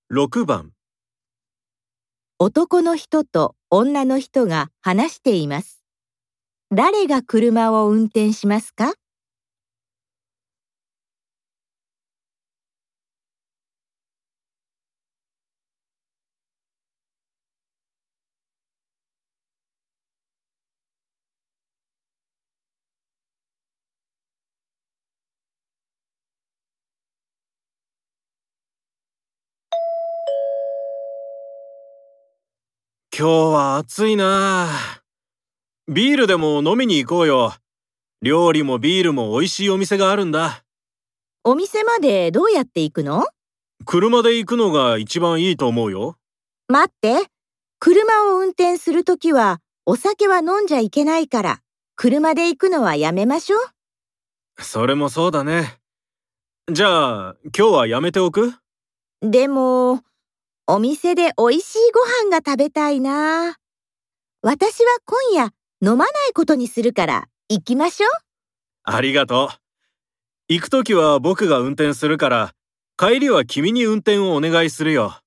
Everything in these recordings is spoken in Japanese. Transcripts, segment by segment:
6番。 男の人と女の人が話しています。誰が車を運転しますか？ 今日は暑いなあ。ビールでも飲みに行こうよ。料理もビールも美味しいお店があるんだ。 お店までどうやって行くの？ 車で行くのが一番いいと思うよ。 待って、車を運転するときはお酒は飲んじゃいけないから、車で行くのはやめましょう。 それもそうだね。じゃあ、今日はやめておく？ でも、お店で美味しいご飯が食べたいな。私は今夜飲まないことにするから行きましょう。 ありがとう。行くときは僕が運転するから、帰りは君に運転をお願いするよ。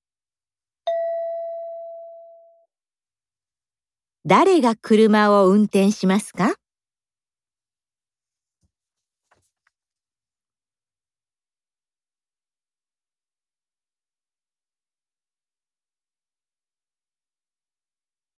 誰が車を運転しますか？